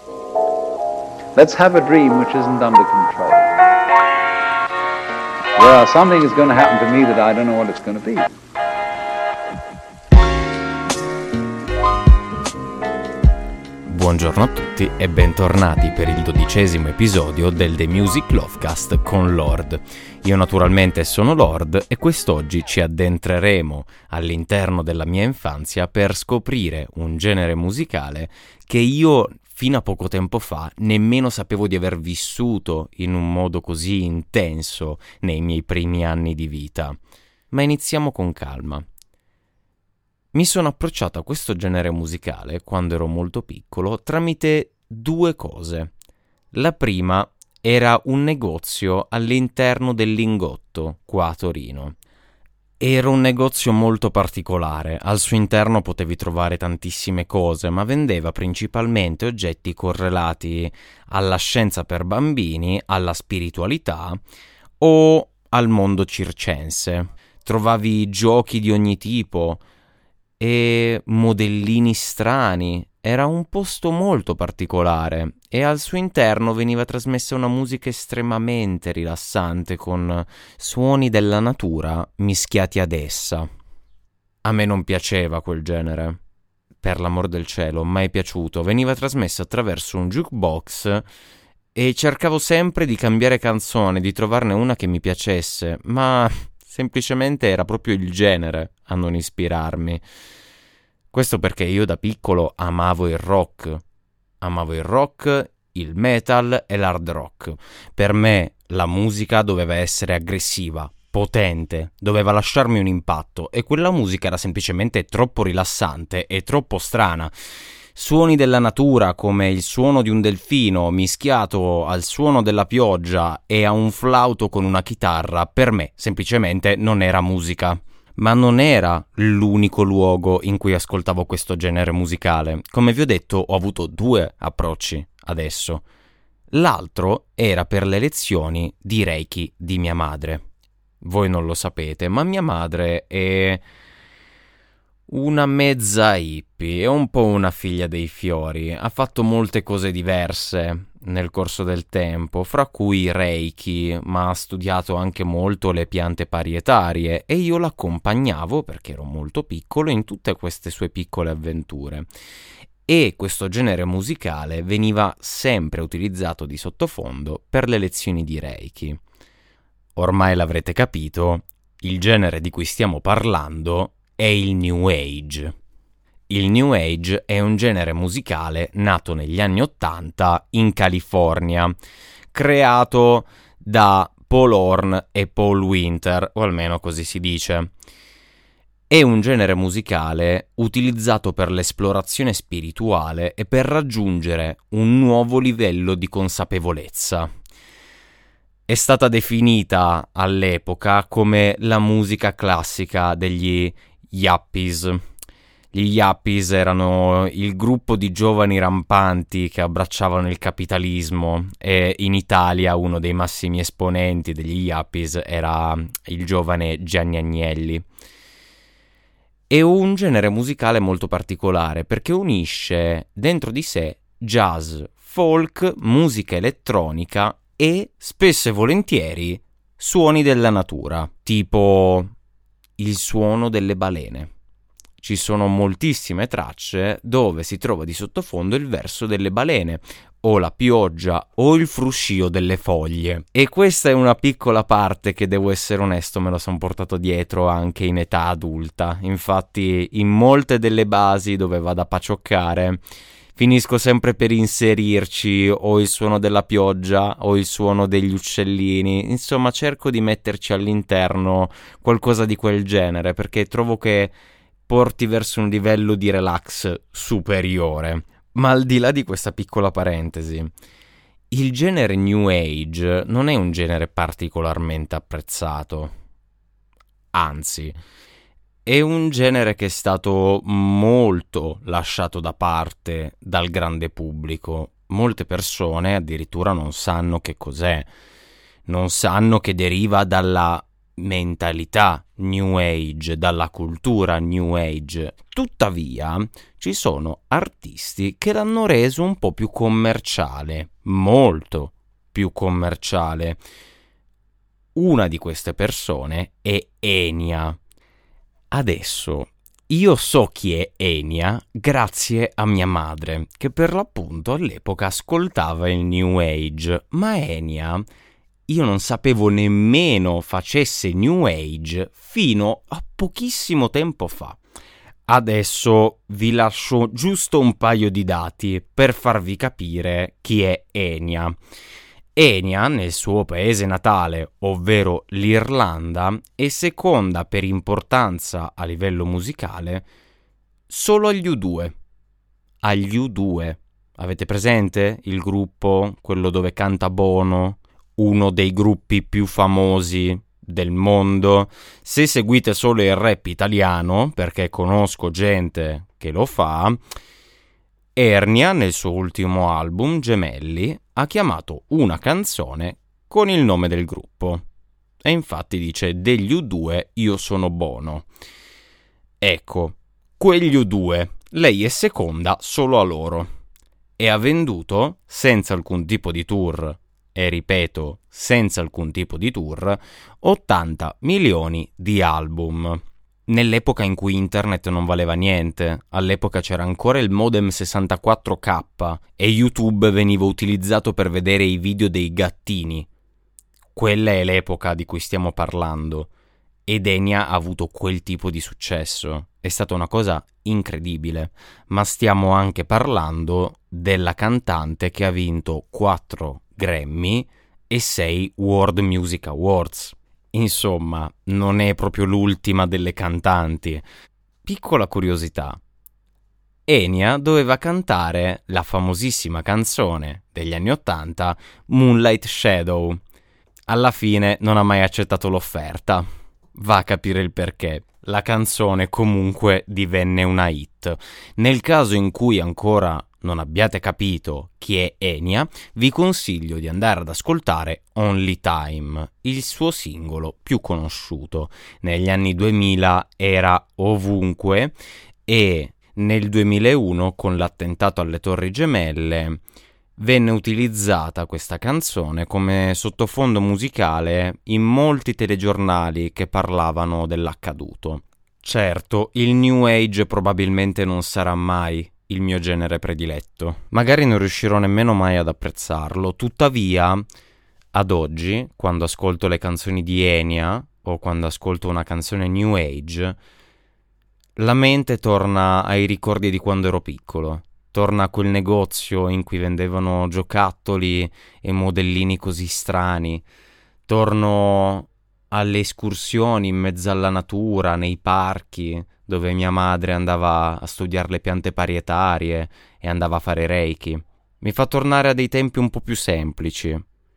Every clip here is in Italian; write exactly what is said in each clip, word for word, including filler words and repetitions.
Let's have a dream which isn't under control. Well, something is going to happen to me that I don't know what it's going to be. Buongiorno a tutti e bentornati per il dodicesimo episodio del The Music Lovecast con Lord. Io naturalmente sono Lord e quest'oggi ci addentreremo all'interno della mia infanzia per scoprire un genere musicale che io fino a poco tempo fa nemmeno sapevo di aver vissuto in un modo così intenso nei miei primi anni di vita. Ma iniziamo con calma. Mi sono approcciato a questo genere musicale quando ero molto piccolo tramite due cose. La prima era un negozio all'interno del Lingotto, qua a Torino. Era un negozio molto particolare, al suo interno potevi trovare tantissime cose, ma vendeva principalmente oggetti correlati alla scienza per bambini, alla spiritualità o al mondo circense. Trovavi giochi di ogni tipo e modellini strani. Era un posto molto particolare e al suo interno veniva trasmessa una musica estremamente rilassante con suoni della natura mischiati ad essa. A me non piaceva quel genere, per l'amor del cielo, mai piaciuto. Veniva trasmesso attraverso un jukebox e cercavo sempre di cambiare canzone, di trovarne una che mi piacesse, ma semplicemente era proprio il genere a non ispirarmi. Questo perché io da piccolo amavo il rock. Amavo il rock, il metal e l'hard rock. Per me la musica doveva essere aggressiva, potente, doveva lasciarmi un impatto e quella musica era semplicemente troppo rilassante e troppo strana. Suoni della natura come il suono di un delfino mischiato al suono della pioggia e a un flauto con una chitarra, per me semplicemente non era musica. Ma non era l'unico luogo in cui ascoltavo questo genere musicale. Come vi ho detto, ho avuto due approcci adesso. L'altro era per le lezioni di Reiki di mia madre. Voi non lo sapete, ma mia madre è una mezza hippie, è un po' una figlia dei fiori. Ha fatto molte cose diverse nel corso del tempo, fra cui Reiki, ma ha studiato anche molto le piante parietarie e io l'accompagnavo, perché ero molto piccolo, in tutte queste sue piccole avventure. E questo genere musicale veniva sempre utilizzato di sottofondo per le lezioni di Reiki. Ormai l'avrete capito, il genere di cui stiamo parlando è il New Age. Il New Age è un genere musicale nato negli anni Ottanta in California, creato da Paul Horn e Paul Winter, o almeno così si dice. È un genere musicale utilizzato per l'esplorazione spirituale e per raggiungere un nuovo livello di consapevolezza. È stata definita all'epoca come la musica classica degli yuppies. Gli yuppies erano il gruppo di giovani rampanti che abbracciavano il capitalismo e in Italia uno dei massimi esponenti degli yuppies era il giovane Gianni Agnelli. È un genere musicale molto particolare perché unisce dentro di sé jazz, folk, musica elettronica e spesso e volentieri suoni della natura, tipo il suono delle balene. Ci sono moltissime tracce dove si trova di sottofondo il verso delle balene, o la pioggia, o il fruscio delle foglie. E questa è una piccola parte che, devo essere onesto, me lo sono portato dietro anche in età adulta. Infatti, in molte delle basi dove vado a pacioccare, finisco sempre per inserirci o il suono della pioggia o il suono degli uccellini. Insomma, cerco di metterci all'interno qualcosa di quel genere, perché trovo che porti verso un livello di relax superiore. Ma al di là di questa piccola parentesi, il genere New Age non è un genere particolarmente apprezzato. Anzi, è un genere che è stato molto lasciato da parte dal grande pubblico. Molte persone addirittura non sanno che cos'è, non sanno che deriva dalla mentalità New Age, dalla cultura New Age. Tuttavia, ci sono artisti che l'hanno reso un po' più commerciale, molto più commerciale. Una di queste persone è Enya. Adesso io so chi è Enya grazie a mia madre, che per l'appunto all'epoca ascoltava il New Age, ma Enya io non sapevo nemmeno facesse New Age fino a pochissimo tempo fa. Adesso vi lascio giusto un paio di dati per farvi capire chi è Enya. Enya, nel suo paese natale, ovvero l'Irlanda, è seconda per importanza a livello musicale solo agli U due. Agli U due. Avete presente il gruppo, quello dove canta Bono? Uno dei gruppi più famosi del mondo. Se seguite solo il rap italiano, perché conosco gente che lo fa, Ernia nel suo ultimo album Gemelli ha chiamato una canzone con il nome del gruppo e infatti dice: degli U due io sono Bono. Ecco, quegli U due, lei è seconda solo a loro e ha venduto senza alcun tipo di tour, e ripeto, senza alcun tipo di tour, ottanta milioni di album. Nell'epoca in cui internet non valeva niente, all'epoca c'era ancora il modem sessantaquattro K e YouTube veniva utilizzato per vedere i video dei gattini. Quella è l'epoca di cui stiamo parlando. Ed Enya ha avuto quel tipo di successo. È stata una cosa incredibile. Ma stiamo anche parlando della cantante che ha vinto quattro Grammy e sei World Music Awards. Insomma, non è proprio l'ultima delle cantanti. Piccola curiosità. Enya doveva cantare la famosissima canzone degli anni Ottanta, Moonlight Shadow. Alla fine non ha mai accettato l'offerta. Va a capire il perché. La canzone comunque divenne una hit. Nel caso in cui ancora non abbiate capito chi è Enya, vi consiglio di andare ad ascoltare Only Time, il suo singolo più conosciuto. Negli anni duemila era ovunque e nel duemilauno, con l'attentato alle Torri Gemelle, venne utilizzata questa canzone come sottofondo musicale in molti telegiornali che parlavano dell'accaduto. Certo, il New Age probabilmente non sarà mai il mio genere prediletto. Magari non riuscirò nemmeno mai ad apprezzarlo. Tuttavia, ad oggi, quando ascolto le canzoni di Enya o quando ascolto una canzone New Age, la mente torna ai ricordi di quando ero piccolo. Torna a quel negozio in cui vendevano giocattoli e modellini così strani. Torno alle escursioni in mezzo alla natura, nei parchi, dove mia madre andava a studiare le piante parietarie e andava a fare reiki. Mi fa tornare a dei tempi un po' più semplici.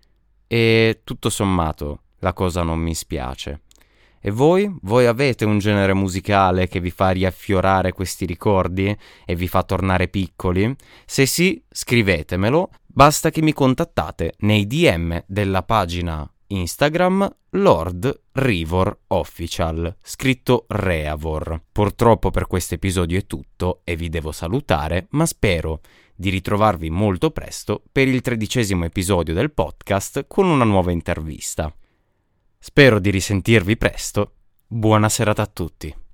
E tutto sommato la cosa non mi spiace. E voi? Voi avete un genere musicale che vi fa riaffiorare questi ricordi e vi fa tornare piccoli? Se sì, scrivetemelo. Basta che mi contattate nei D M della pagina Instagram Lord Rivor Official, scritto Reavor. Purtroppo per questo episodio è tutto e vi devo salutare, ma spero di ritrovarvi molto presto per il tredicesimo episodio del podcast con una nuova intervista. Spero di risentirvi presto. Buona serata a tutti.